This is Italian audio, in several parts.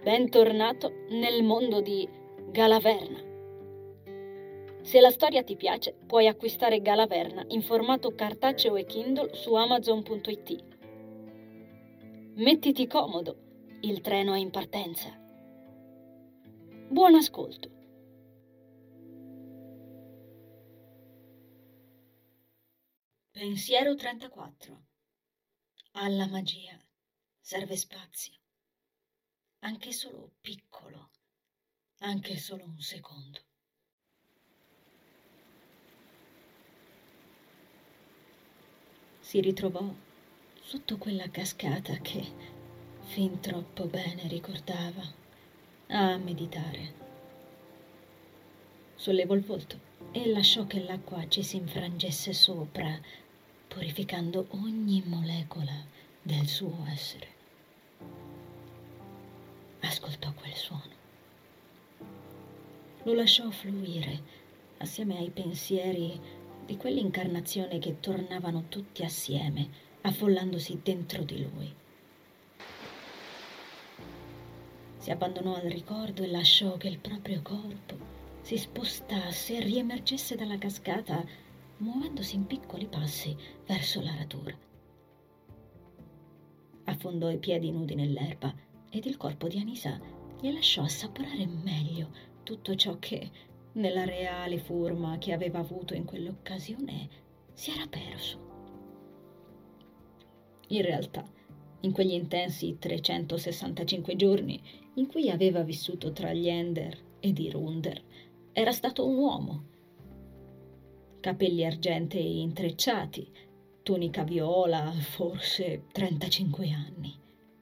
Bentornato nel mondo di Galaverna. Se la storia ti piace, puoi acquistare Galaverna in formato cartaceo e Kindle su Amazon.it. Mettiti comodo, il treno è in partenza. Buon ascolto. Pensiero 34. Alla magia serve spazio, anche solo piccolo, anche solo un secondo. Si ritrovò sotto quella cascata che fin troppo bene ricordava a meditare. Sollevò il volto e lasciò che l'acqua ci si infrangesse sopra, purificando ogni molecola del suo essere. Ascoltò quel suono. Lo lasciò fluire assieme ai pensieri di quell'incarnazione che tornavano tutti assieme, affollandosi dentro di lui. Si abbandonò al ricordo e lasciò che il proprio corpo si spostasse e riemergesse dalla cascata, muovendosi in piccoli passi verso la radura. Affondò i piedi nudi nell'erba ed il corpo di Anisa gli lasciò assaporare meglio tutto ciò che, nella reale forma che aveva avuto in quell'occasione, si era perso. In realtà, in quegli intensi 365 giorni in cui aveva vissuto tra gli Ender ed i Runder, era stato un uomo. Capelli argentei intrecciati, tunica viola, forse 35 anni.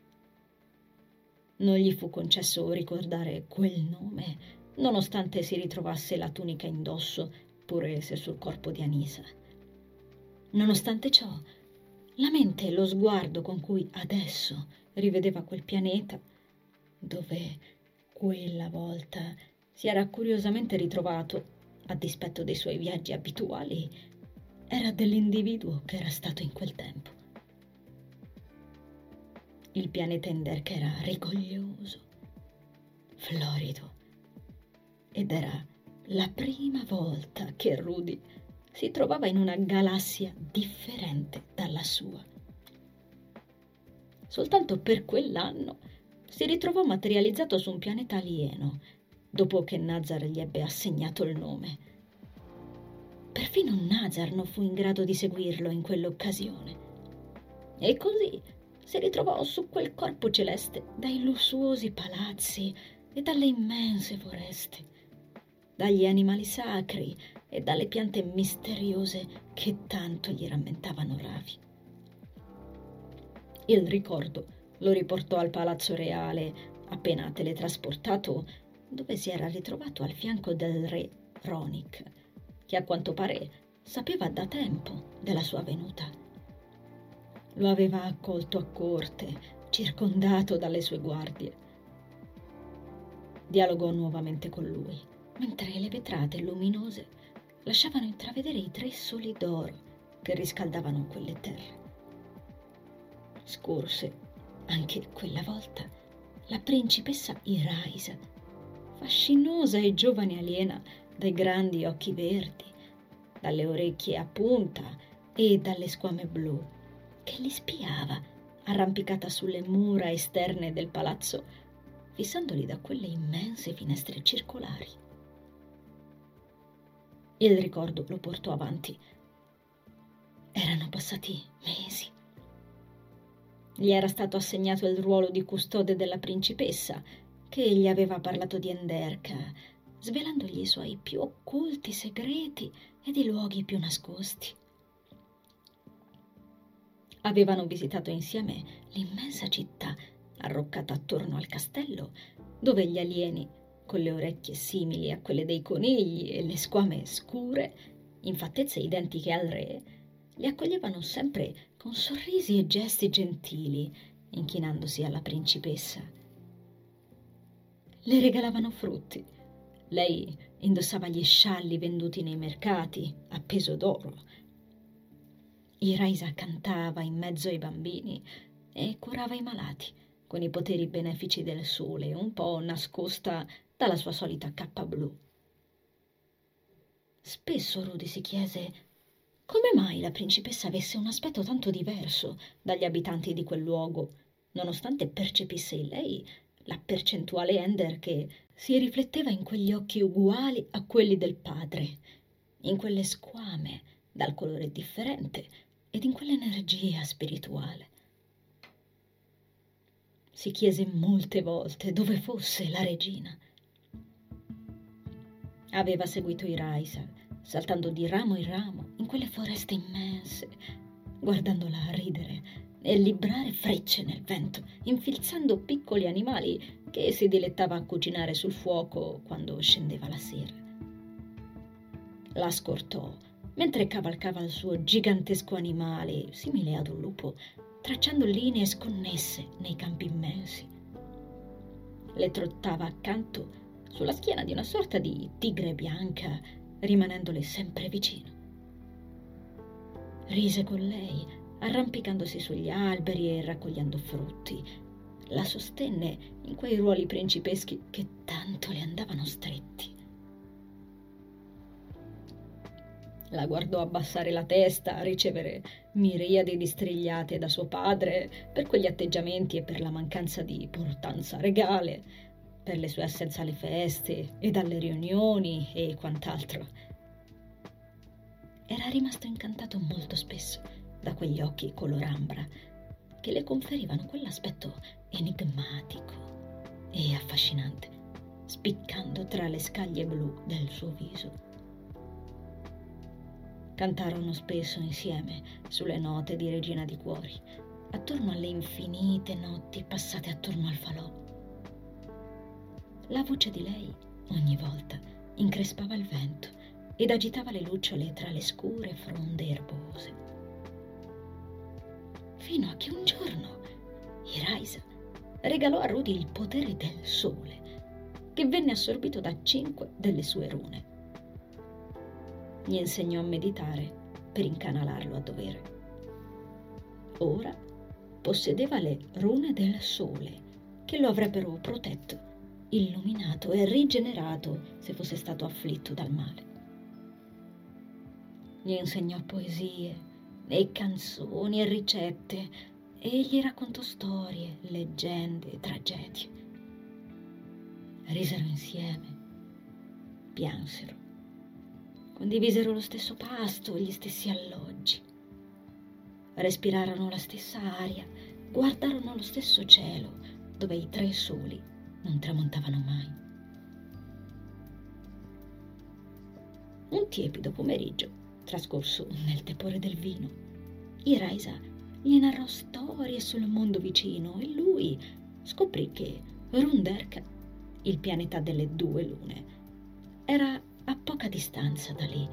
Non gli fu concesso ricordare quel nome, nonostante si ritrovasse la tunica indosso, pure se sul corpo di Anisa. Nonostante ciò, la mente e lo sguardo con cui adesso rivedeva quel pianeta, dove quella volta si era curiosamente ritrovato, a dispetto dei suoi viaggi abituali, era dell'individuo che era stato in quel tempo. Il pianeta Enderk era rigoglioso, florido, ed era la prima volta che Rudy si trovava in una galassia differente dalla sua. Soltanto per quell'anno si ritrovò materializzato su un pianeta alieno, dopo che Nazar gli ebbe assegnato il nome. Perfino Nazar non fu in grado di seguirlo in quell'occasione. E così si ritrovò su quel corpo celeste dai lussuosi palazzi e dalle immense foreste, dagli animali sacri e dalle piante misteriose che tanto gli rammentavano Ravi. Il ricordo lo riportò al palazzo reale, appena teletrasportato, dove si era ritrovato al fianco del re Ronik, che a quanto pare sapeva da tempo della sua venuta. Lo aveva accolto a corte, circondato dalle sue guardie. Dialogò nuovamente con lui, mentre le vetrate luminose lasciavano intravedere i 3 soli d'oro che riscaldavano quelle terre. Scorse, anche quella volta, la principessa Iraisa, fascinosa e giovane aliena dai grandi occhi verdi, dalle orecchie a punta e dalle squame blu, che li spiava, arrampicata sulle mura esterne del palazzo, fissandoli da quelle immense finestre circolari. Il ricordo lo portò avanti. Erano passati mesi. Gli era stato assegnato il ruolo di custode della principessa, che gli aveva parlato di Enderk, svelandogli i suoi più occulti segreti ed i luoghi più nascosti. Avevano visitato insieme l'immensa città arroccata attorno al castello, dove gli alieni, con le orecchie simili a quelle dei conigli e le squame scure, in fattezze identiche al re, li accoglievano sempre con sorrisi e gesti gentili, inchinandosi alla principessa. Le regalavano frutti. Lei indossava gli scialli venduti nei mercati a peso d'oro. Iraisa cantava in mezzo ai bambini e curava i malati, con i poteri benefici del sole, un po' nascosta dalla sua solita cappa blu. Spesso Rudy si chiese come mai la principessa avesse un aspetto tanto diverso dagli abitanti di quel luogo, nonostante percepisse in lei la percentuale Ender che si rifletteva in quegli occhi uguali a quelli del padre, in quelle squame dal colore differente ed in quell'energia spirituale. Si chiese molte volte dove fosse la regina. Aveva seguito i Raisa, saltando di ramo in ramo in quelle foreste immense, guardandola ridere e librare frecce nel vento, infilzando piccoli animali che si dilettava a cucinare sul fuoco quando scendeva la sera. La scortò mentre cavalcava il suo gigantesco animale, simile ad un lupo, tracciando linee sconnesse nei campi immensi. Le trottava accanto sulla schiena di una sorta di tigre bianca, rimanendole sempre vicino. Rise con lei, arrampicandosi sugli alberi e raccogliendo frutti. La sostenne in quei ruoli principeschi che tanto le andavano stretti. La guardò abbassare la testa, ricevere miriadi di strigliate da suo padre per quegli atteggiamenti e per la mancanza di importanza regale, per le sue assenze alle feste e alle riunioni e quant'altro. Era rimasto incantato molto spesso da quegli occhi color ambra che le conferivano quell'aspetto enigmatico e affascinante, spiccando tra le scaglie blu del suo viso. Cantarono spesso insieme sulle note di Regina di Cuori, attorno alle infinite notti passate attorno al falò. La voce di lei, ogni volta, increspava il vento ed agitava le lucciole tra le scure fronde erbose. Fino a che un giorno Iraisa regalò a Rudy il potere del sole, che venne assorbito da 5 delle sue rune. Gli insegnò a meditare per incanalarlo a dovere. Ora possedeva le rune del sole, che lo avrebbero protetto, illuminato e rigenerato se fosse stato afflitto dal male. Gli insegnò poesie e canzoni e ricette e gli raccontò storie, leggende e tragedie. Risero insieme, piansero, condivisero lo stesso pasto, gli stessi alloggi, respirarono la stessa aria, guardarono lo stesso cielo dove i 3 soli non tramontavano mai. Un tiepido pomeriggio, trascorso nel tepore del vino, Iraisa gli narrò storie sul mondo vicino e lui scoprì che Runderk, il pianeta delle 2 lune, era a poca distanza da lì.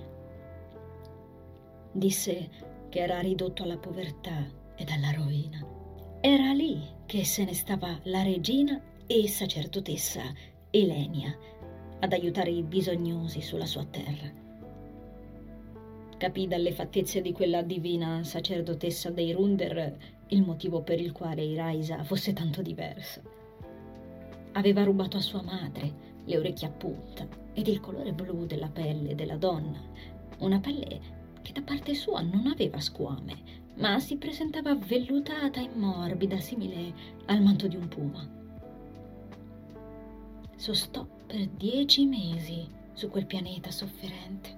Disse che era ridotto alla povertà ed alla rovina. Era lì che se ne stava la regina e sacerdotessa Elenia ad aiutare i bisognosi sulla sua terra. Capì dalle fattezze di quella divina sacerdotessa dei Runder il motivo per il quale Iraisa fosse tanto diversa. Aveva rubato a sua madre le orecchie a punta ed il colore blu della pelle della donna, una pelle che da parte sua non aveva squame, ma si presentava vellutata e morbida, simile al manto di un puma. Sostò per 10 mesi su quel pianeta sofferente.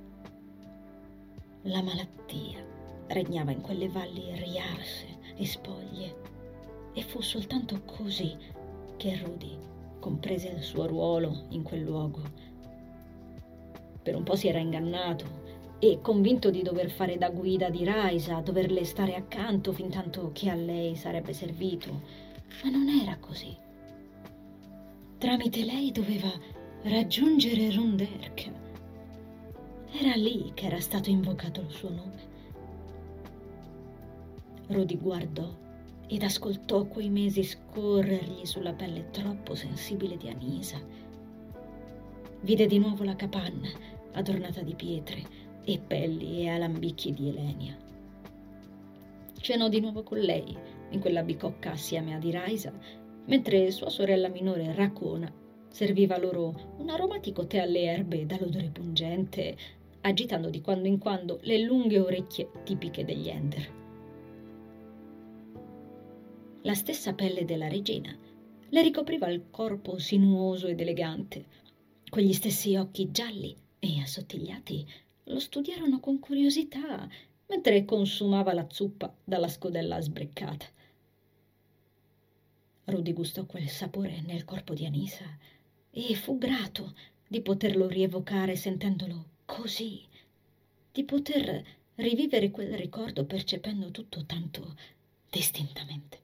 La malattia regnava in quelle valli riarse e spoglie, e fu soltanto così che Rudy comprese il suo ruolo in quel luogo. Per un po' si era ingannato e, convinto di dover fare da guida di Iraisa, doverle stare accanto fintanto che a lei sarebbe servito, ma non era così. Tramite lei doveva raggiungere Runderk. Era lì che era stato invocato il suo nome. Rudy guardò ed ascoltò quei mesi scorrergli sulla pelle troppo sensibile di Anisa. Vide di nuovo la capanna adornata di pietre e pelli e alambicchi di Elenia. Cenò di nuovo con lei in quella bicocca assieme ad Iraisa, mentre sua sorella minore Racona serviva loro un aromatico tè alle erbe dall'odore pungente, agitando di quando in quando le lunghe orecchie tipiche degli Ender. La stessa pelle della regina le ricopriva il corpo sinuoso ed elegante. Quegli stessi occhi gialli e assottigliati lo studiarono con curiosità mentre consumava la zuppa dalla scodella sbreccata. Rudy gustò quel sapore nel corpo di Anisa e fu grato di poterlo rievocare sentendolo così, di poter rivivere quel ricordo percependo tutto tanto distintamente.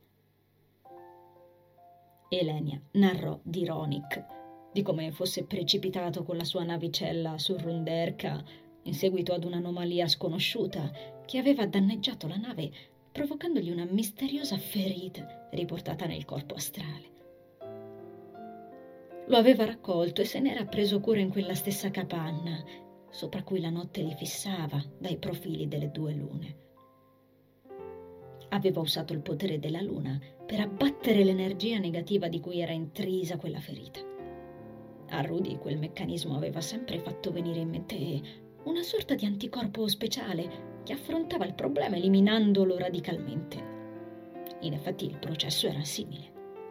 Elenia narrò di Ronik, di come fosse precipitato con la sua navicella su Runderka in seguito ad un'anomalia sconosciuta che aveva danneggiato la nave, provocandogli una misteriosa ferita riportata nel corpo astrale. Lo aveva raccolto e se n'era preso cura in quella stessa capanna, sopra cui la notte li fissava dai profili delle 2 lune. Aveva usato il potere della luna per abbattere l'energia negativa di cui era intrisa quella ferita. A Rudy quel meccanismo aveva sempre fatto venire in mente una sorta di anticorpo speciale che affrontava il problema eliminandolo radicalmente. In effetti il processo era simile.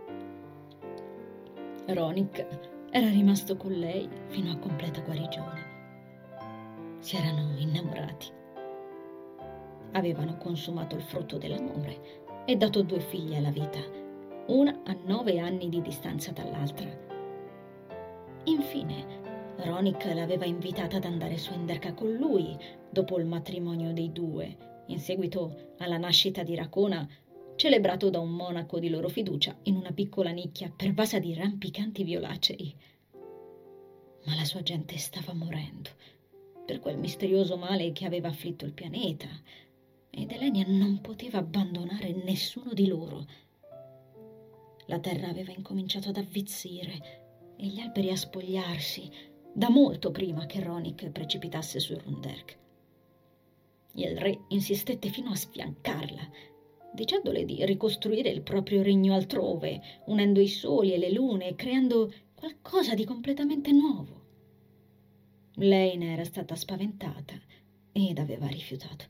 Ronik era rimasto con lei fino a completa guarigione. Si erano innamorati. Avevano consumato il frutto dell'amore e dato 2 figlie alla vita, una a 9 anni di distanza dall'altra. Infine, Ronik l'aveva invitata ad andare su Enderka con lui dopo il matrimonio dei 2, in seguito alla nascita di Racona, celebrato da un monaco di loro fiducia in una piccola nicchia pervasa di rampicanti violacei. Ma la sua gente stava morendo per quel misterioso male che aveva afflitto il pianeta, ed Elenia non poteva abbandonare nessuno di loro. La terra aveva incominciato ad avvizzire e gli alberi a spogliarsi da molto prima che Ronik precipitasse su Runderk. Il re insistette fino a sfiancarla, dicendole di ricostruire il proprio regno altrove, unendo i soli e le lune e creando qualcosa di completamente nuovo. Lei ne era stata spaventata ed aveva rifiutato.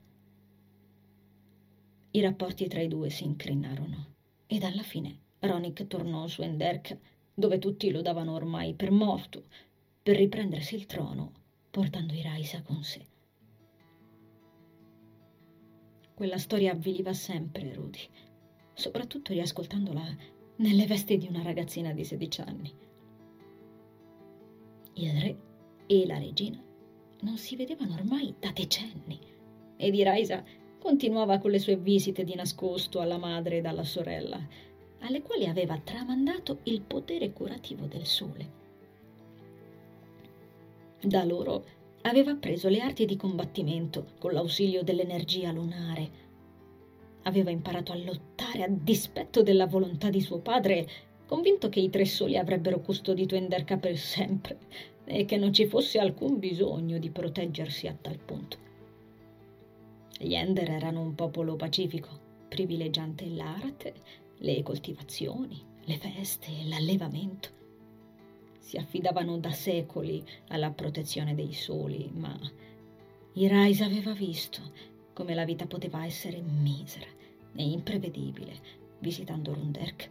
I rapporti tra i 2 si incrinarono ed alla fine Ronik tornò su Enderka, dove tutti lo davano ormai per morto, per riprendersi il trono portando Iraisa con sé. Quella storia avviliva sempre Rudy, soprattutto riascoltandola nelle vesti di una ragazzina di 16 anni. Il re e la regina non si vedevano ormai da decenni ed Iraisa continuava con le sue visite di nascosto alla madre ed alla sorella, alle quali aveva tramandato il potere curativo del sole. Da loro aveva appreso le arti di combattimento con l'ausilio dell'energia lunare. Aveva imparato a lottare a dispetto della volontà di suo padre, convinto che i 3 soli avrebbero custodito Enderka per sempre e che non ci fosse alcun bisogno di proteggersi a tal punto. Gli Ender erano un popolo pacifico, privilegiante l'arte, le coltivazioni, le feste e l'allevamento. Si affidavano da secoli alla protezione dei soli, ma Iraisa aveva visto come la vita poteva essere misera e imprevedibile visitando Runderk.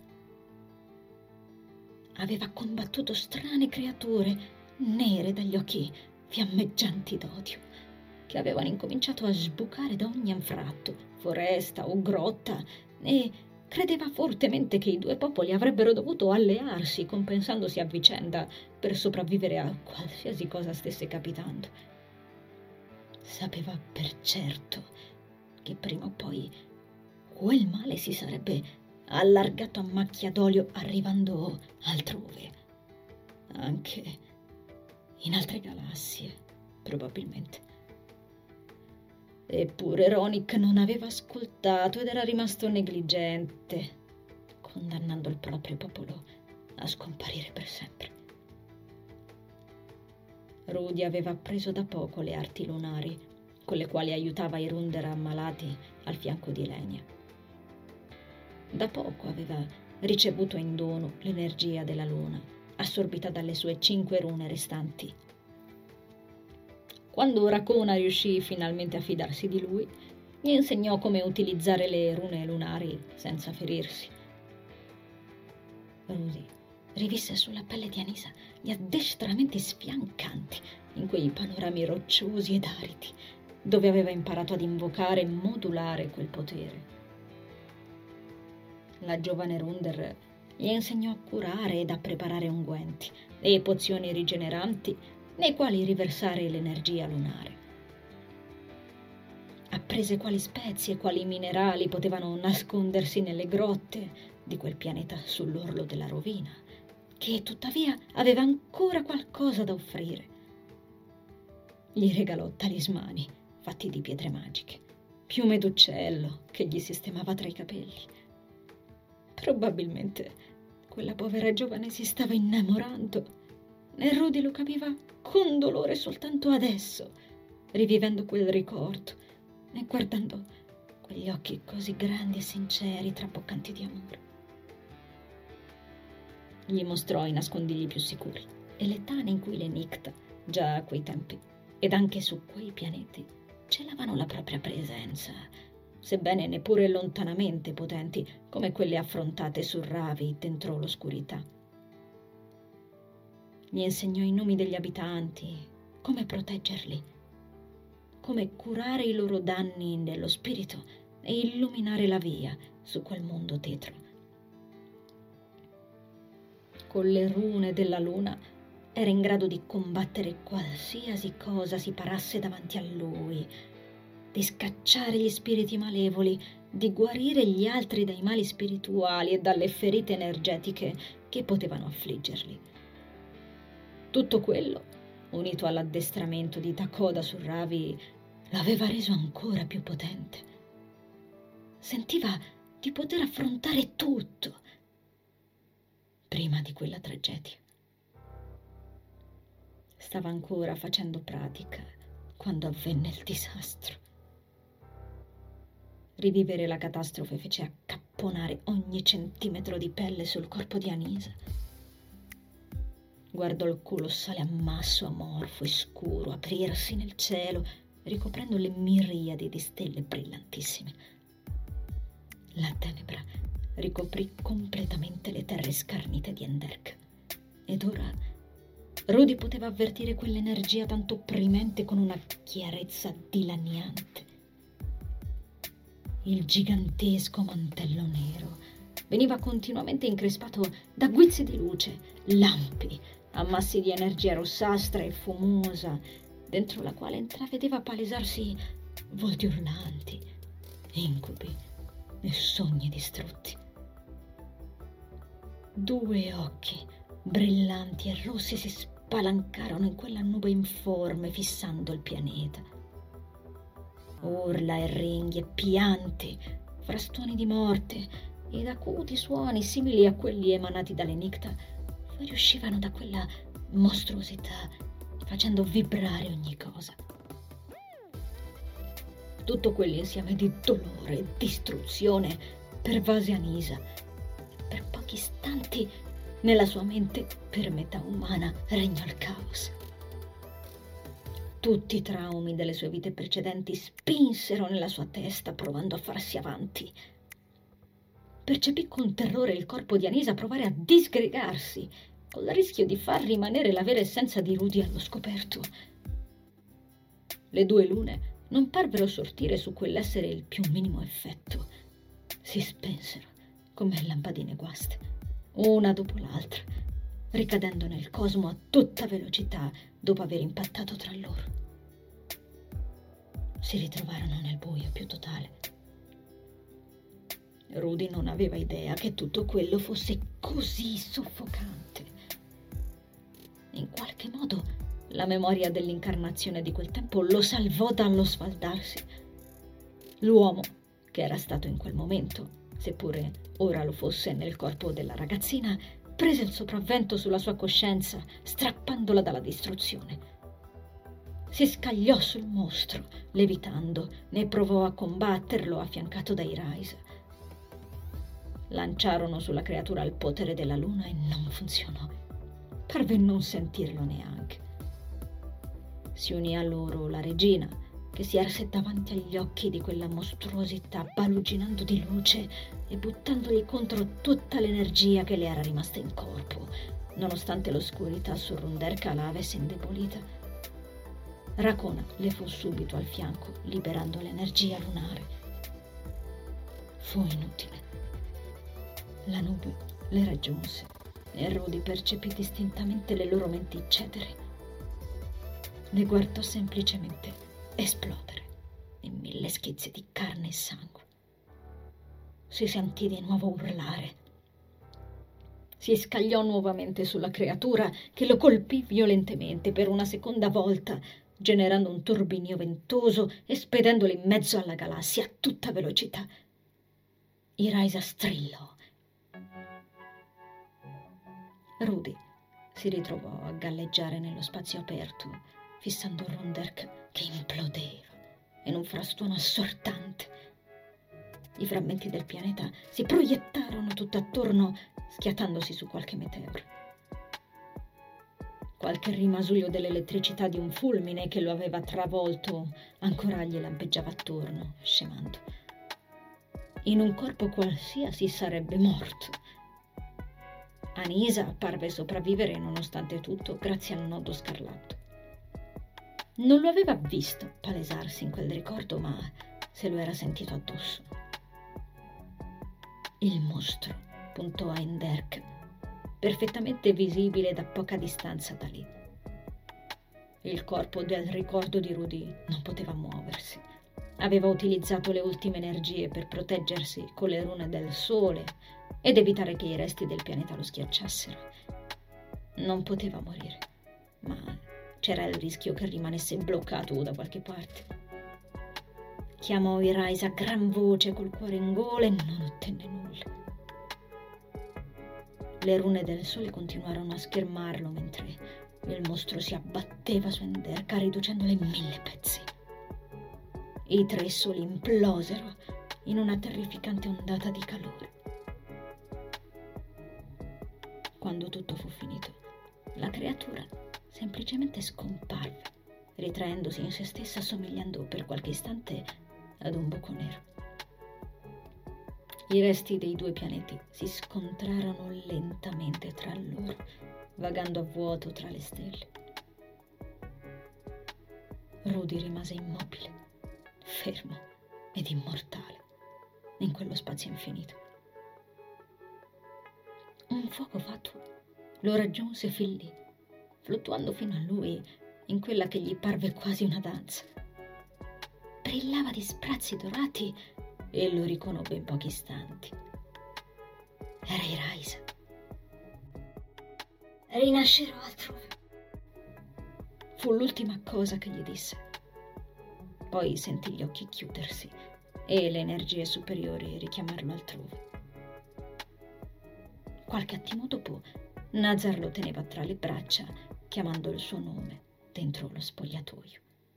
Aveva combattuto strane creature nere dagli occhi fiammeggianti d'odio, che avevano incominciato a sbucare da ogni anfratto, foresta o grotta, e credeva fortemente che i 2 popoli avrebbero dovuto allearsi, compensandosi a vicenda per sopravvivere a qualsiasi cosa stesse capitando. Sapeva per certo che prima o poi quel male si sarebbe allargato a macchia d'olio arrivando altrove, anche in altre galassie, probabilmente. Eppure Ronik non aveva ascoltato ed era rimasto negligente, condannando il proprio popolo a scomparire per sempre. Rudy aveva appreso da poco le arti lunari, con le quali aiutava i Runder ammalati al fianco di Elenia. Da poco aveva ricevuto in dono l'energia della luna, assorbita dalle sue 5 rune restanti. Quando Racona riuscì finalmente a fidarsi di lui, gli insegnò come utilizzare le rune lunari senza ferirsi. Rudy rivisse sulla pelle di Anisa gli addestramenti sfiancanti in quei panorami rocciosi ed aridi, dove aveva imparato ad invocare e modulare quel potere. La giovane Runder gli insegnò a curare ed a preparare unguenti e pozioni rigeneranti nei quali riversare l'energia lunare. Apprese quali spezie e quali minerali potevano nascondersi nelle grotte di quel pianeta sull'orlo della rovina, che tuttavia aveva ancora qualcosa da offrire. Gli regalò talismani fatti di pietre magiche, piume d'uccello che gli sistemava tra i capelli. Probabilmente quella povera giovane si stava innamorando e Rudy lo capiva con dolore soltanto adesso, rivivendo quel ricordo e guardando quegli occhi così grandi e sinceri traboccanti di amore. Gli mostrò i nascondigli più sicuri e le tane in cui le Nicta, già a quei tempi ed anche su quei pianeti, celavano la propria presenza, sebbene neppure lontanamente potenti come quelle affrontate su Ravi dentro l'oscurità. Gli insegnò i nomi degli abitanti, come proteggerli, come curare i loro danni nello spirito e illuminare la via su quel mondo tetro. Con le rune della luna era in grado di combattere qualsiasi cosa si parasse davanti a lui, di scacciare gli spiriti malevoli, di guarire gli altri dai mali spirituali e dalle ferite energetiche che potevano affliggerli. Tutto quello, unito all'addestramento di Takoda su Ravi, l'aveva reso ancora più potente. Sentiva di poter affrontare tutto prima di quella tragedia. Stava ancora facendo pratica quando avvenne il disastro. Rivivere la catastrofe fece accapponare ogni centimetro di pelle sul corpo di Anisa. Guardò il colossale ammasso amorfo e scuro aprirsi nel cielo, ricoprendo le miriadi di stelle brillantissime. La tenebra ricoprì completamente le terre scarnite di Enderk, ed ora Rudy poteva avvertire quell'energia tanto opprimente con una chiarezza dilaniante. Il gigantesco mantello nero veniva continuamente increspato da guizzi di luce, lampi, ammassi di energia rossastra e fumosa, dentro la quale intravedeva palesarsi volti urlanti, incubi e sogni distrutti. 2 occhi brillanti e rossi si spalancarono in quella nube informe, fissando il pianeta. Urla e ringhi e pianti, frastoni di morte ed acuti suoni simili a quelli emanati dalle Nicta fuoriuscivano da quella mostruosità, facendo vibrare ogni cosa. Tutto quell'insieme di dolore e distruzione pervase Anisa. Per pochi istanti nella sua mente, per metà umana, regnò il caos. Tutti i traumi delle sue vite precedenti spinsero nella sua testa, provando a farsi avanti. Percepì con terrore il corpo di Anisa provare a disgregarsi, con il rischio di far rimanere la vera essenza di Rudy allo scoperto. Le 2 lune non parvero sortire su quell'essere il più minimo effetto. Si spensero come lampadine guaste, una dopo l'altra, ricadendo nel cosmo a tutta velocità dopo aver impattato tra loro. Si ritrovarono nel buio più totale. Rudy non aveva idea che tutto quello fosse così soffocante. In qualche modo la memoria dell'incarnazione di quel tempo lo salvò dallo sfaldarsi. L'uomo, che era stato in quel momento, seppure ora lo fosse nel corpo della ragazzina, prese il sopravvento sulla sua coscienza, strappandola dalla distruzione. Si scagliò sul mostro, levitando, ne provò a combatterlo affiancato dai Rise. Lanciarono sulla creatura il potere della luna e non funzionò. Parve non sentirlo neanche. Si unì a loro la regina, che si erse davanti agli occhi di quella mostruosità, baluginando di luce e buttandogli contro tutta l'energia che le era rimasta in corpo, nonostante l'oscurità su Runderka la avesse indebolita. Racona le fu subito al fianco, liberando l'energia lunare. Fu inutile. La nube le raggiunse e Rudy percepì distintamente le loro menti cedere. Le guardò semplicemente esplodere in 1000 schizzi di carne e sangue. Si sentì di nuovo urlare. Si scagliò nuovamente sulla creatura, che lo colpì violentemente per una seconda volta, generando un turbinio ventoso e spedendolo in mezzo alla galassia a tutta velocità. Iraisa strillò. Rudy si ritrovò a galleggiare nello spazio aperto, fissando Runderk che implodeva in un frastuono assortante. I frammenti del pianeta si proiettarono tutt'attorno, schiantandosi su qualche meteoro. Qualche rimasuglio dell'elettricità di un fulmine che lo aveva travolto ancora gli lampeggiava attorno, scemando. In un corpo qualsiasi sarebbe morto. Anisa parve sopravvivere nonostante tutto grazie al nodo scarlatto. Non lo aveva visto palesarsi in quel ricordo, ma se lo era sentito addosso. Il mostro puntò a Enderk, perfettamente visibile da poca distanza da lì. Il corpo del ricordo di Rudy non poteva muoversi. Aveva utilizzato le ultime energie per proteggersi con le rune del sole ed evitare che i resti del pianeta lo schiacciassero. Non poteva morire, ma c'era il rischio che rimanesse bloccato da qualche parte. Chiamò Iraisa a gran voce col cuore in gola e non ottenne nulla. Le rune del sole continuarono a schermarlo mentre il mostro si abbatteva su Enderka, riducendolo in 1000 pezzi. I 3 soli implosero in una terrificante ondata di calore. Quando tutto fu finito, la creatura semplicemente scomparve, ritraendosi in se stessa, somigliando per qualche istante ad un buco nero. I resti dei 2 pianeti si scontrarono lentamente tra loro, vagando a vuoto tra le stelle. Rudy rimase immobile, fermo ed immortale in quello spazio infinito. Un fuoco fatuo lo raggiunse fin lì, fluttuando fino a lui in quella che gli parve quasi una danza. Brillava di sprazzi dorati e lo riconobbe in pochi istanti. Era Iraisa. Rinascerò altrove, fu l'ultima cosa che gli disse. Poi sentì gli occhi chiudersi e le energie superiori richiamarlo altrove. Qualche attimo dopo, Nazar lo teneva tra le braccia, chiamando il suo nome dentro lo spogliatoio.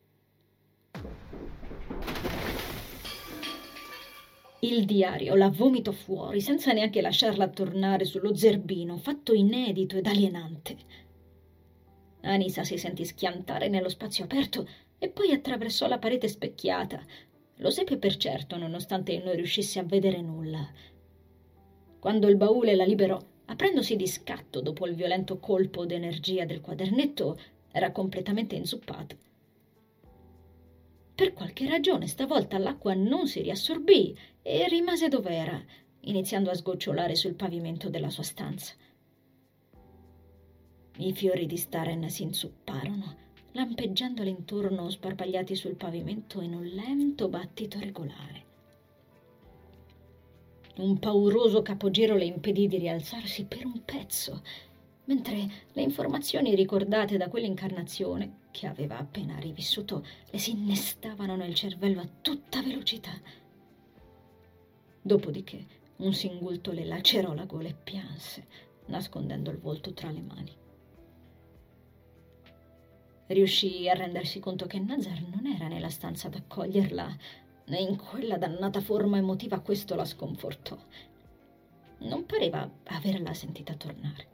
Il diario la vomitò fuori senza neanche lasciarla tornare sullo zerbino, fatto inedito ed alienante. Anisa si sentì schiantare nello spazio aperto e poi attraversò la parete specchiata. Lo seppe per certo, nonostante non riuscisse a vedere nulla. Quando il baule la liberò, aprendosi di scatto dopo il violento colpo d'energia del quadernetto, era completamente inzuppata. Per qualche ragione stavolta l'acqua non si riassorbì e rimase dov'era, iniziando a sgocciolare sul pavimento della sua stanza. I fiori di Staren si inzupparono, lampeggiandole intorno, sparpagliati sul pavimento in un lento battito regolare. Un pauroso capogiro le impedì di rialzarsi per un pezzo, mentre le informazioni ricordate da quell'incarnazione, che aveva appena rivissuto, le si innestavano nel cervello a tutta velocità. Dopodiché un singulto le lacerò la gola e pianse, nascondendo il volto tra le mani. Riuscì a rendersi conto che Nazar non era nella stanza ad accoglierla, né in quella dannata forma emotiva. Questo la sconfortò. non pareva averla sentita tornare.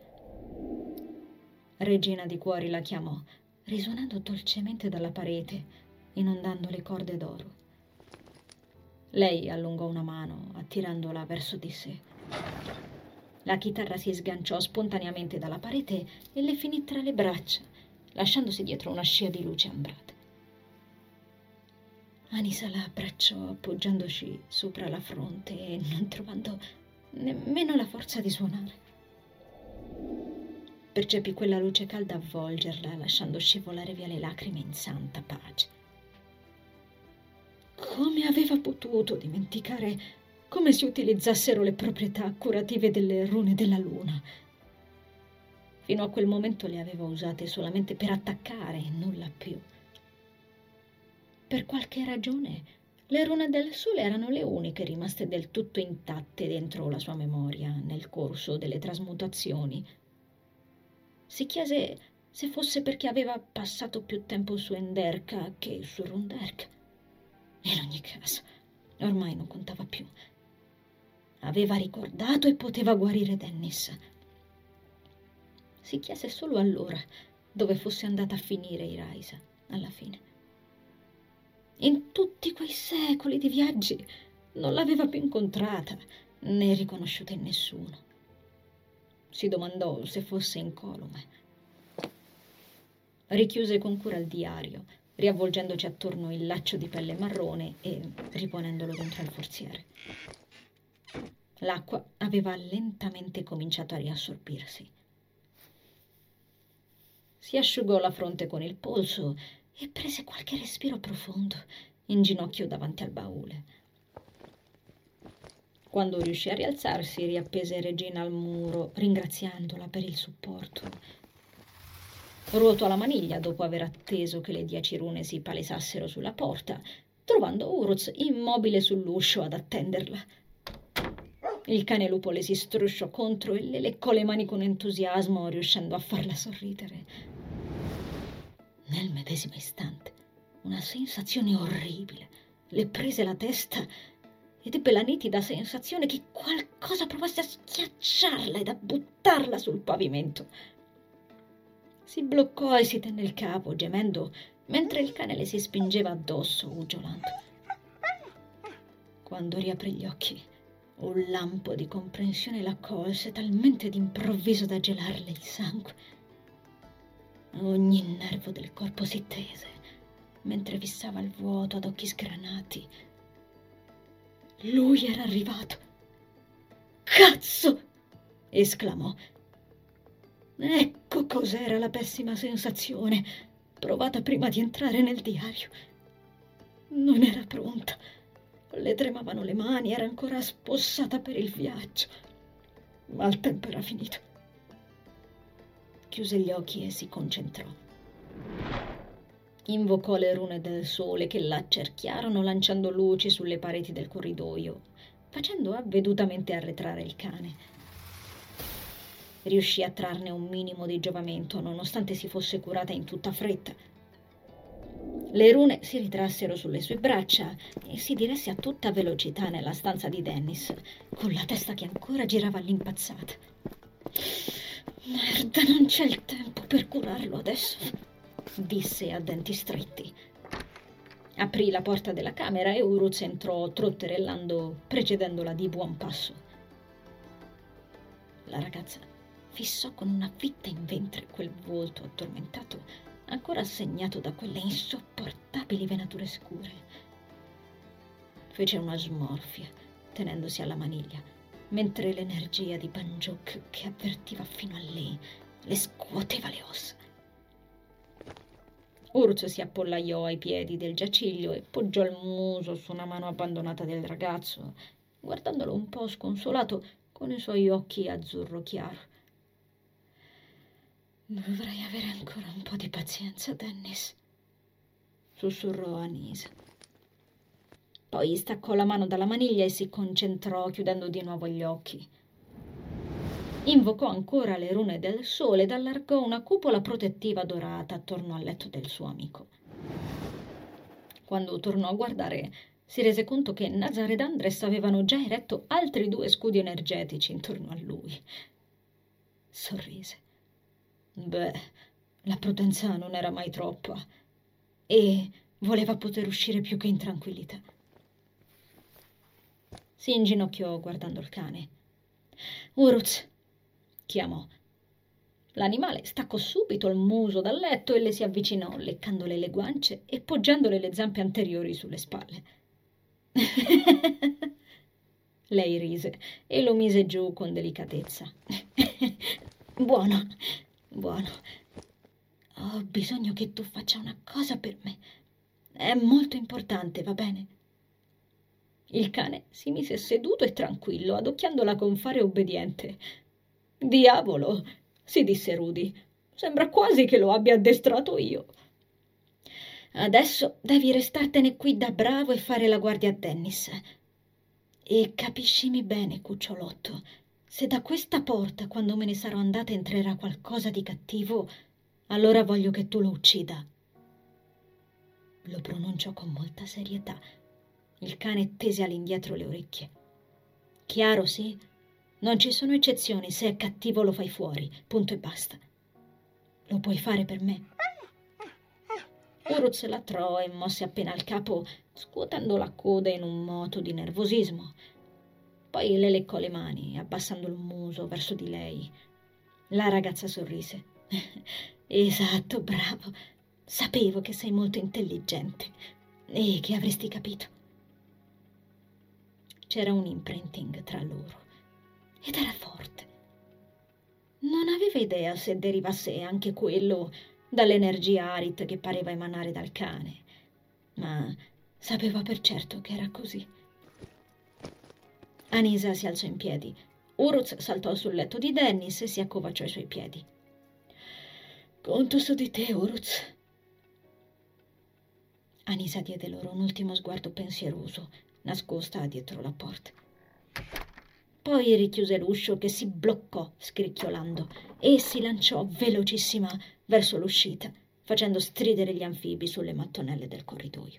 Regina di Cuori la chiamò, risuonando dolcemente dalla parete, inondando le corde d'oro. Lei allungò una mano, attirandola verso di sé. La chitarra si sganciò spontaneamente dalla parete e le finì tra le braccia, lasciandosi dietro una scia di luce ambrata. Anisa la abbracciò appoggiandoci sopra la fronte e non trovando nemmeno la forza di suonare. Percepì quella luce calda avvolgerla, lasciando scivolare via le lacrime in santa pace. Come aveva potuto dimenticare come si utilizzassero le proprietà curative delle rune della luna? Fino a quel momento le aveva usate solamente per attaccare e nulla più. Per qualche ragione, le rune del sole erano le uniche rimaste del tutto intatte dentro la sua memoria nel corso delle trasmutazioni. Si chiese se fosse perché aveva passato più tempo su Enderka che su Runderk. In ogni caso, ormai non contava più. Aveva ricordato e poteva guarire Dennis. Si chiese solo allora dove fosse andata a finire Iraisa, alla fine. In tutti quei secoli di viaggi non l'aveva più incontrata né riconosciuta in nessuno. Si domandò se fosse incolume. Richiuse con cura il diario, riavvolgendoci attorno il laccio di pelle marrone e riponendolo dentro al forziere. L'acqua aveva lentamente cominciato a riassorbirsi. Si asciugò la fronte con il polso e prese qualche respiro profondo, in ginocchio davanti al baule. Quando riuscì a rialzarsi, riappese Regina al muro, ringraziandola per il supporto. Ruotò la maniglia dopo aver atteso che le 10 rune si palesassero sulla porta, trovando Uruz immobile sull'uscio ad attenderla. Il cane lupo le si strusciò contro e le leccò le mani con entusiasmo, riuscendo a farla sorridere. Nel medesimo istante, una sensazione orribile le prese la testa ed ebbe la nitida sensazione che qualcosa provasse a schiacciarla ed a buttarla sul pavimento. Si bloccò e si tenne il capo, gemendo, mentre il cane le si spingeva addosso, uggiolando. Quando riaprì gli occhi, un lampo di comprensione la colse talmente d'improvviso da gelarle il sangue. Ogni nervo del corpo si tese, mentre fissava il vuoto ad occhi sgranati. Lui era arrivato. «Cazzo!» esclamò. Ecco cos'era la pessima sensazione provata prima di entrare nel diario. Non era pronta. Le tremavano le mani, era ancora spossata per il viaggio. Ma il tempo era finito. Chiuse gli occhi e si concentrò. Invocò le rune del sole che la accerchiarono lanciando luci sulle pareti del corridoio, facendo avvedutamente arretrare il cane. Riuscì a trarne un minimo di giovamento, nonostante si fosse curata in tutta fretta. Le rune si ritrassero sulle sue braccia e si diresse a tutta velocità nella stanza di Dennis, con la testa che ancora girava all'impazzata. «Merda, non c'è il tempo per curarlo adesso», disse a denti stretti. Aprì la porta della camera e Uruz entrò trotterellando, precedendola di buon passo. La ragazza fissò con una fitta in ventre quel volto addormentato, ancora segnato da quelle insopportabili venature scure. Fece una smorfia, tenendosi alla maniglia, mentre l'energia di Banjuk, che avvertiva fino a lì, le scuoteva le ossa. Uruz si appollaiò ai piedi del giaciglio e poggiò il muso su una mano abbandonata del ragazzo, guardandolo un po' sconsolato con i suoi occhi azzurro chiaro. «Dovrei avere ancora un po' di pazienza, Dennis», sussurrò Anisa. Poi staccò la mano dalla maniglia e si concentrò, chiudendo di nuovo gli occhi. Invocò ancora le rune del sole ed allargò una cupola protettiva dorata attorno al letto del suo amico. Quando tornò a guardare, si rese conto che Nazar ed Andres avevano già eretto altri 2 scudi energetici intorno a lui. Sorrise. Beh, la prudenza non era mai troppa e voleva poter uscire più che in tranquillità. Si inginocchiò guardando il cane. Uruz, chiamò. L'animale staccò subito il muso dal letto e le si avvicinò, leccandole le guance e poggiandole le zampe anteriori sulle spalle. Lei rise e lo mise giù con delicatezza. Buono, buono. Ho bisogno che tu faccia una cosa per me. È molto importante, va bene? Il cane si mise seduto e tranquillo, adocchiandola con fare obbediente. Diavolo, si disse Rudy. Sembra quasi che lo abbia addestrato io. Adesso devi restartene qui da bravo e fare la guardia a Dennis. E capiscimi bene, cucciolotto, se da questa porta, quando me ne sarò andata, entrerà qualcosa di cattivo, allora voglio che tu lo uccida. Lo pronunciò con molta serietà. Il cane tese all'indietro le orecchie. Chiaro, sì? Non ci sono eccezioni, se è cattivo lo fai fuori, punto e basta. Lo puoi fare per me? Uruz latrò e mosse appena il capo, scuotendo la coda in un moto di nervosismo. Poi le leccò le mani, abbassando il muso verso di lei. La ragazza sorrise. Esatto, bravo. Sapevo che sei molto intelligente e che avresti capito. C'era un imprinting tra loro ed era forte. Non aveva idea se derivasse anche quello dall'energia Arit che pareva emanare dal cane, ma sapeva per certo che era così. Anisa si alzò in piedi. Uruz saltò sul letto di Dennis e si accovacciò ai suoi piedi. Conto su di te, Uruz. Anisa diede loro un ultimo sguardo pensieroso, nascosta dietro la porta. Poi richiuse l'uscio che si bloccò scricchiolando e si lanciò velocissima verso l'uscita, facendo stridere gli anfibi sulle mattonelle del corridoio.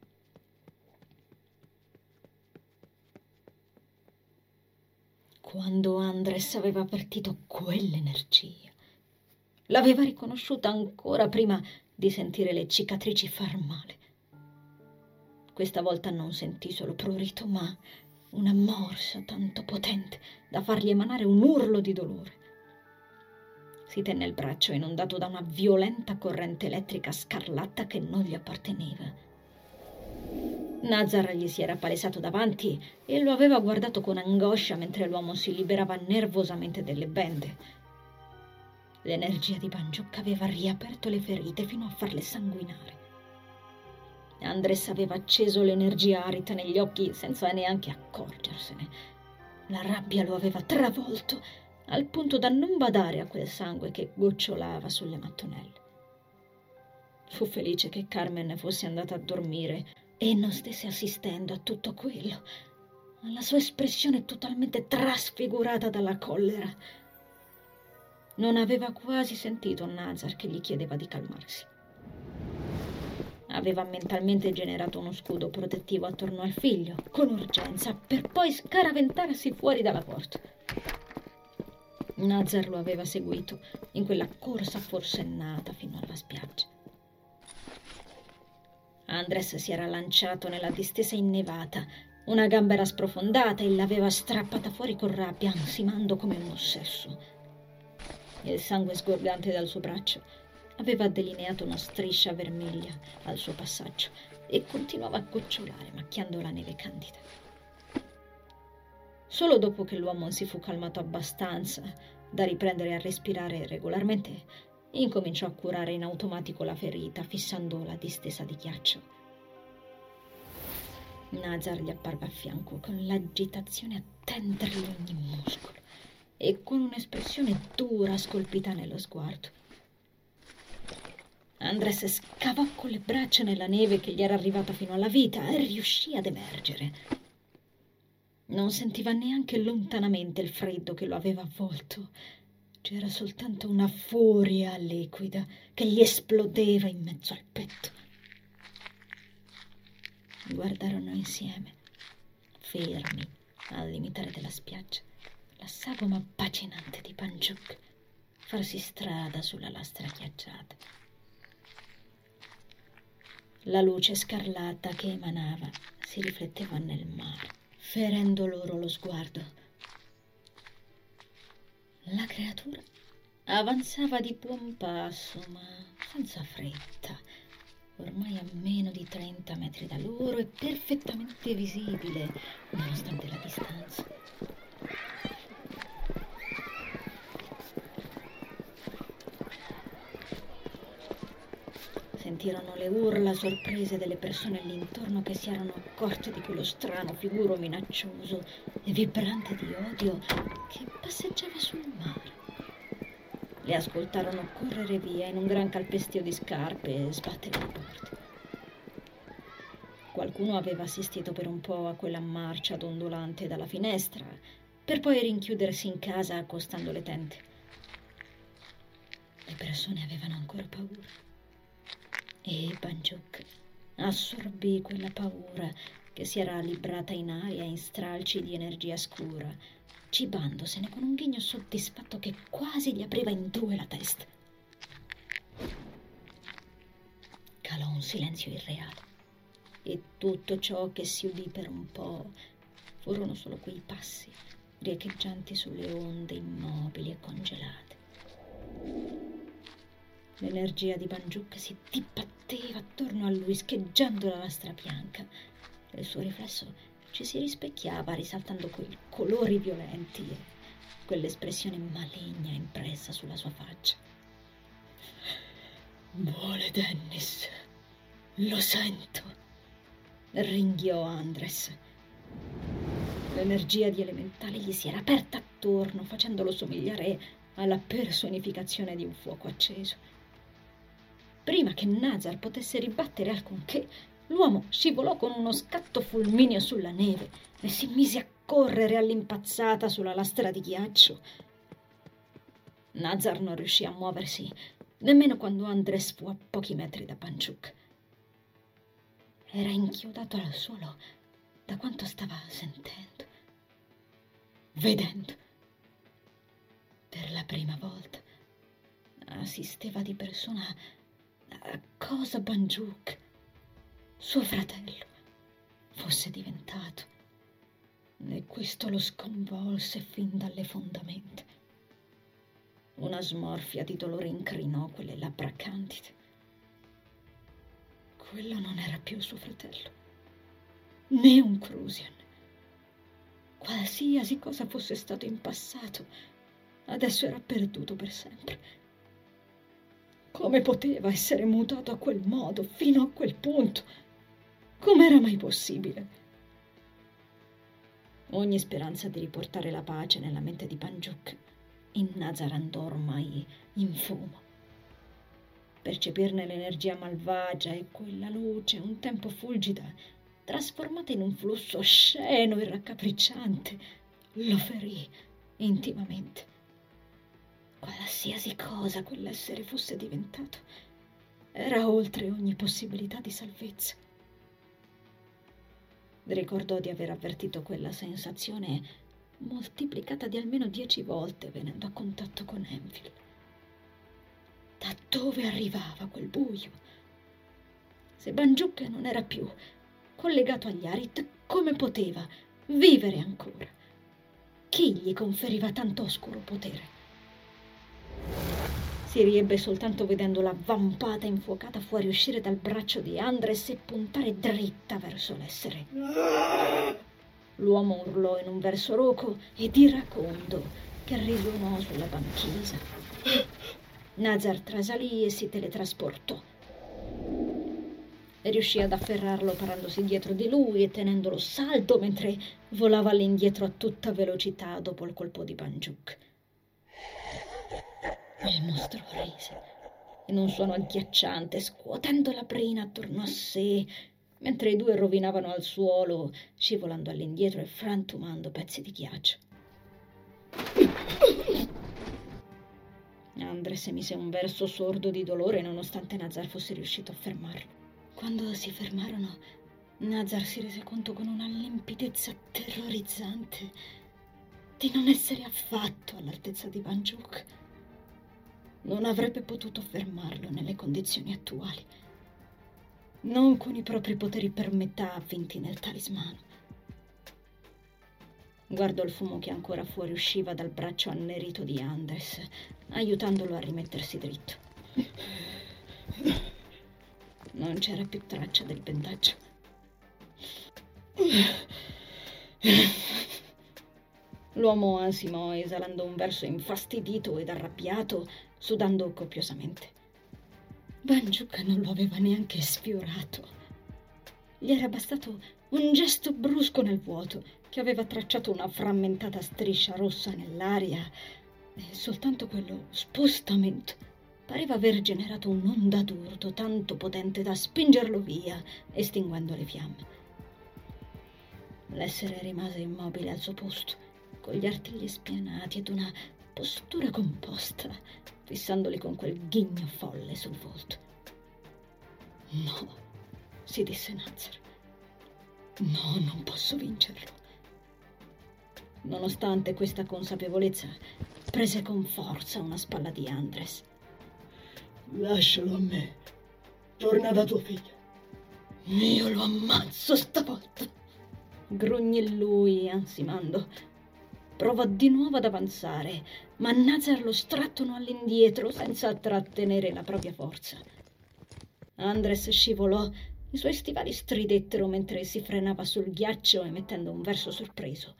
Quando Andres aveva avvertito quell'energia, l'aveva riconosciuta ancora prima di sentire le cicatrici far male. Questa volta non sentì solo prurito, ma una morsa tanto potente da fargli emanare un urlo di dolore. Si tenne il braccio inondato da una violenta corrente elettrica scarlatta che non gli apparteneva. Nazar gli si era palesato davanti e lo aveva guardato con angoscia mentre l'uomo si liberava nervosamente delle bende. L'energia di Bangiocca aveva riaperto le ferite fino a farle sanguinare. Andres aveva acceso l'energia arita negli occhi senza neanche accorgersene. La rabbia lo aveva travolto al punto da non badare a quel sangue che gocciolava sulle mattonelle. Fu felice che Carmen fosse andata a dormire e non stesse assistendo a tutto quello, alla sua espressione totalmente trasfigurata dalla collera. Non aveva quasi sentito Nazar che gli chiedeva di calmarsi. Aveva mentalmente generato uno scudo protettivo attorno al figlio, con urgenza, per poi scaraventarsi fuori dalla porta. Nazar lo aveva seguito in quella corsa forsennata fino alla spiaggia. Andres si era lanciato nella distesa innevata, una gamba era sprofondata e l'aveva strappata fuori con rabbia, ansimando come un ossesso. Il sangue sgorgante dal suo braccio aveva delineato una striscia vermiglia al suo passaggio e continuava a gocciolare, macchiando la neve candida. Solo dopo che l'uomo si fu calmato abbastanza da riprendere a respirare regolarmente, incominciò a curare in automatico la ferita, fissando la distesa di ghiaccio. Nazar gli apparve a fianco con l'agitazione a tendergli ogni muscolo e con un'espressione dura scolpita nello sguardo. Andres scavò con le braccia nella neve che gli era arrivata fino alla vita e riuscì ad emergere. Non sentiva neanche lontanamente il freddo che lo aveva avvolto. C'era soltanto una furia liquida che gli esplodeva in mezzo al petto. Guardarono insieme, fermi al limitare della spiaggia, la sagoma bacinante di Panjuk farsi strada sulla lastra ghiacciata. La luce scarlatta che emanava si rifletteva nel mare, ferendo loro lo sguardo. La creatura avanzava di buon passo, ma senza fretta, ormai a meno di 30 metri da loro e perfettamente visibile, nonostante la distanza. Sentirono le urla sorprese delle persone all'intorno che si erano accorte di quello strano figuro minaccioso e vibrante di odio che passeggiava sul mare. Le ascoltarono correre via in un gran calpestio di scarpe e sbattere le porte. Qualcuno aveva assistito per un po' a quella marcia dondolante dalla finestra, per poi rinchiudersi in casa accostando le tende. Le persone avevano ancora paura. E Panjuk assorbì quella paura che si era librata in aria in stralci di energia scura, cibandosene con un ghigno soddisfatto che quasi gli apriva in due la testa. Calò un silenzio irreale e tutto ciò che si udì per un po' furono solo quei passi riecheggianti sulle onde immobili e congelate. L'energia di Panjuk si dibatteva attorno a lui, scheggiando la lastra bianca, e il suo riflesso ci si rispecchiava, risaltando quei colori violenti e quell'espressione maligna impressa sulla sua faccia. Vuole Dennis, lo sento, ringhiò Andres. L'energia di elementale gli si era aperta attorno, facendolo somigliare alla personificazione di un fuoco acceso. Prima che Nazar potesse ribattere alcunché, l'uomo scivolò con uno scatto fulmineo sulla neve e si mise a correre all'impazzata sulla lastra di ghiaccio. Nazar non riuscì a muoversi, nemmeno quando Andres fu a pochi metri da Panjuk. Era inchiodato al suolo da quanto stava sentendo, vedendo. Per la prima volta assisteva di persona a cosa Panjuk, suo fratello, fosse diventato, e questo lo sconvolse fin dalle fondamenta. Una smorfia di dolore incrinò quelle labbra candide. Quello non era più suo fratello, né un Crusian. Qualsiasi cosa fosse stato in passato, adesso era perduto per sempre. Come poteva essere mutato a quel modo, fino a quel punto? Com'era mai possibile? Ogni speranza di riportare la pace nella mente di Panjuk in Nazar andò ormai in fumo. Percepirne l'energia malvagia e quella luce, un tempo fulgida, trasformata in un flusso osceno e raccapricciante, lo ferì intimamente. Qualsiasi cosa quell'essere fosse diventato era oltre ogni possibilità di salvezza. Ricordò di aver avvertito quella sensazione moltiplicata di almeno 10 volte venendo a contatto con Enfield. Da dove arrivava quel buio? Se Panjuk non era più collegato agli Arit, come poteva vivere ancora? Chi gli conferiva tanto oscuro potere? Si riebbe soltanto vedendo la vampata infuocata fuoriuscire dal braccio di Andres e puntare dritta verso l'essere. L'uomo urlò in un verso roco ed iracondo che risuonò sulla banchisa. Nazar trasalì e si teletrasportò. Riuscì ad afferrarlo parandosi dietro di lui e tenendolo saldo mentre volava all'indietro a tutta velocità dopo il colpo di Panjuk. Il mostro rise in un suono agghiacciante, scuotendo la brina attorno a sé, mentre i due rovinavano al suolo, scivolando all'indietro e frantumando pezzi di ghiaccio. Andres emise un verso sordo di dolore nonostante Nazar fosse riuscito a fermarlo. Quando si fermarono, Nazar si rese conto con una limpidezza terrorizzante di non essere affatto all'altezza di Banjuk. Non avrebbe potuto fermarlo nelle condizioni attuali, non con i propri poteri per metà avvinti nel talismano. Guardò il fumo che ancora fuoriusciva dal braccio annerito di Andres, aiutandolo a rimettersi dritto. Non c'era più traccia del bendaggio. L'uomo ansimò, esalando un verso infastidito ed arrabbiato, sudando copiosamente. Banjuk non lo aveva neanche sfiorato. Gli era bastato un gesto brusco nel vuoto, che aveva tracciato una frammentata striscia rossa nell'aria, e soltanto quello spostamento pareva aver generato un'onda d'urto tanto potente da spingerlo via, estinguendo le fiamme. L'essere rimase immobile al suo posto, con gli artigli spianati ed una postura composta, fissandoli con quel ghigno folle sul volto. No, si disse Nazar. No, non posso vincerlo. Nonostante questa consapevolezza, prese con forza una spalla di Andres. Lascialo a me. Torna da tua figlia. Io lo ammazzo stavolta. Grugnì lui, ansimando. Provò di nuovo ad avanzare, ma Nazar lo strattonò all'indietro senza trattenere la propria forza. Andres scivolò, i suoi stivali stridettero mentre si frenava sul ghiaccio emettendo un verso sorpreso.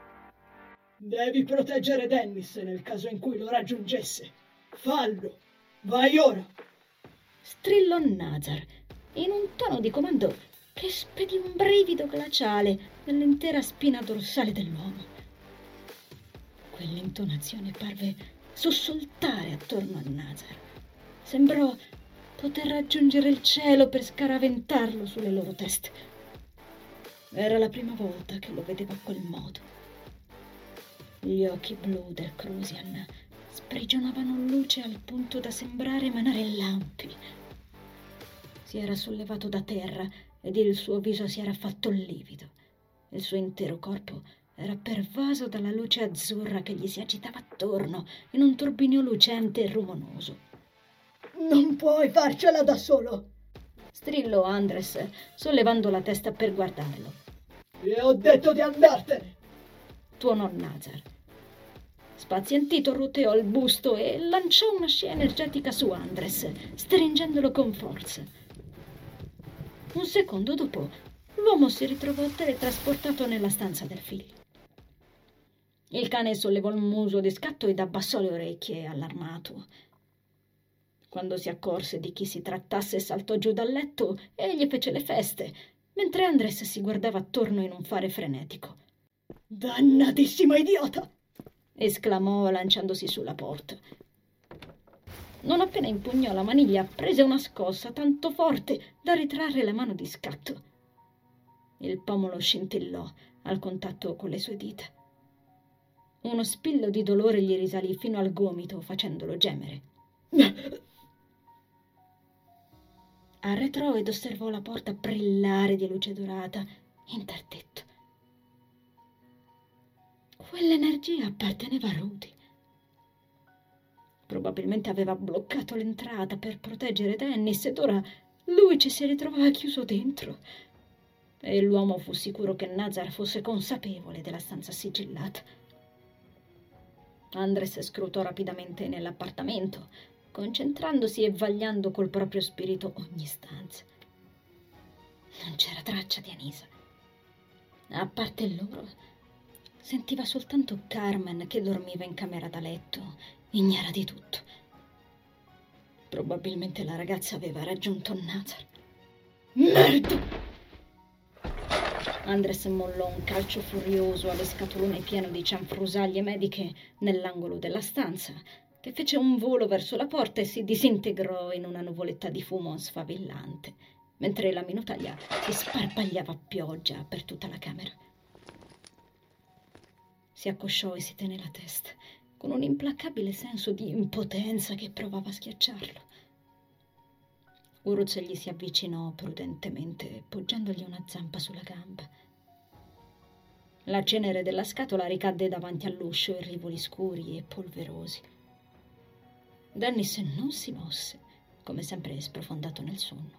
Devi proteggere Dennis nel caso in cui lo raggiungesse. Fallo. Vai ora. Strillò Nazar, in un tono di comando che spedì un brivido glaciale nell'intera spina dorsale dell'uomo. Quell'intonazione parve sussultare attorno a Nazar. Sembrò poter raggiungere il cielo per scaraventarlo sulle loro teste. Era la prima volta che lo vedeva a quel modo. Gli occhi blu del Crusian sprigionavano luce al punto da sembrare emanare lampi. Si era sollevato da terra ed il suo viso si era fatto livido. Il suo intero corpo era pervaso dalla luce azzurra che gli si agitava attorno in un turbinio lucente e rumoroso. Non puoi farcela da solo, strillò Andres, sollevando la testa per guardarlo. E ho detto di andartene, tuonò Nazar. Spazientito roteò il busto e lanciò una scia energetica su Andres, stringendolo con forza. Un secondo dopo, l'uomo si ritrovò teletrasportato nella stanza del figlio. Il cane sollevò il muso di scatto ed abbassò le orecchie, allarmato. Quando si accorse di chi si trattasse, saltò giù dal letto e gli fece le feste, mentre Andres si guardava attorno in un fare frenetico. «Dannatissimo idiota!» esclamò lanciandosi sulla porta. Non appena impugnò la maniglia, prese una scossa tanto forte da ritrarre la mano di scatto. Il pomolo scintillò al contatto con le sue dita. Uno spillo di dolore gli risalì fino al gomito, facendolo gemere. Arretrò ed osservò la porta brillare di luce dorata, interdetto. Quell'energia apparteneva a Rudy. Probabilmente aveva bloccato l'entrata per proteggere Dennis ed ora lui ci si ritrovava chiuso dentro. E l'uomo fu sicuro che Nazar fosse consapevole della stanza sigillata. Andres scrutò rapidamente nell'appartamento, concentrandosi e vagliando col proprio spirito ogni stanza. Non c'era traccia di Anisa. A parte loro, sentiva soltanto Carmen che dormiva in camera da letto, ignara di tutto. Probabilmente la ragazza aveva raggiunto Nazar. Merda! Andres mollò un calcio furioso alle scatolone pieno di cianfrusaglie mediche nell'angolo della stanza, che fece un volo verso la porta e si disintegrò in una nuvoletta di fumo sfavillante, mentre la minutaglia si sparpagliava a pioggia per tutta la camera. Si accosciò e si tenne la testa, con un implacabile senso di impotenza che provava a schiacciarlo. Uruz gli si avvicinò prudentemente, poggiandogli una zampa sulla gamba. La cenere della scatola ricadde davanti all'uscio in rivoli scuri e polverosi. Dennis non si mosse, come sempre sprofondato nel sonno.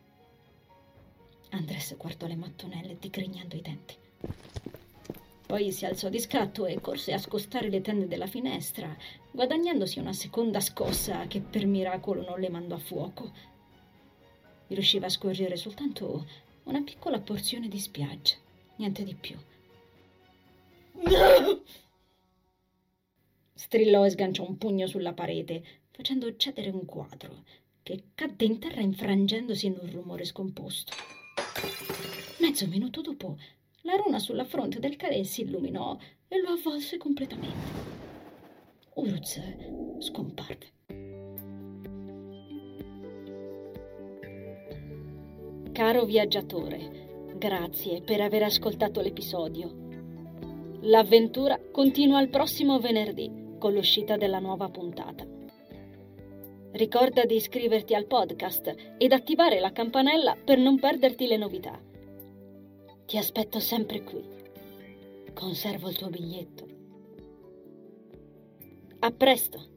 Andres guardò le mattonelle, digrignando i denti. Poi si alzò di scatto e corse a scostare le tende della finestra, guadagnandosi una seconda scossa che per miracolo non le mandò a fuoco. Riusciva a scorgere soltanto una piccola porzione di spiaggia, niente di più. No! Strillò e sganciò un pugno sulla parete, facendo cedere un quadro, che cadde in terra infrangendosi in un rumore scomposto. Mezzo minuto dopo, la runa sulla fronte del carré si illuminò e lo avvolse completamente. Uruz scomparve. Caro viaggiatore, grazie per aver ascoltato l'episodio. L'avventura continua il prossimo venerdì con l'uscita della nuova puntata. Ricorda di iscriverti al podcast ed attivare la campanella per non perderti le novità. Ti aspetto sempre qui. Conservo il tuo biglietto. A presto!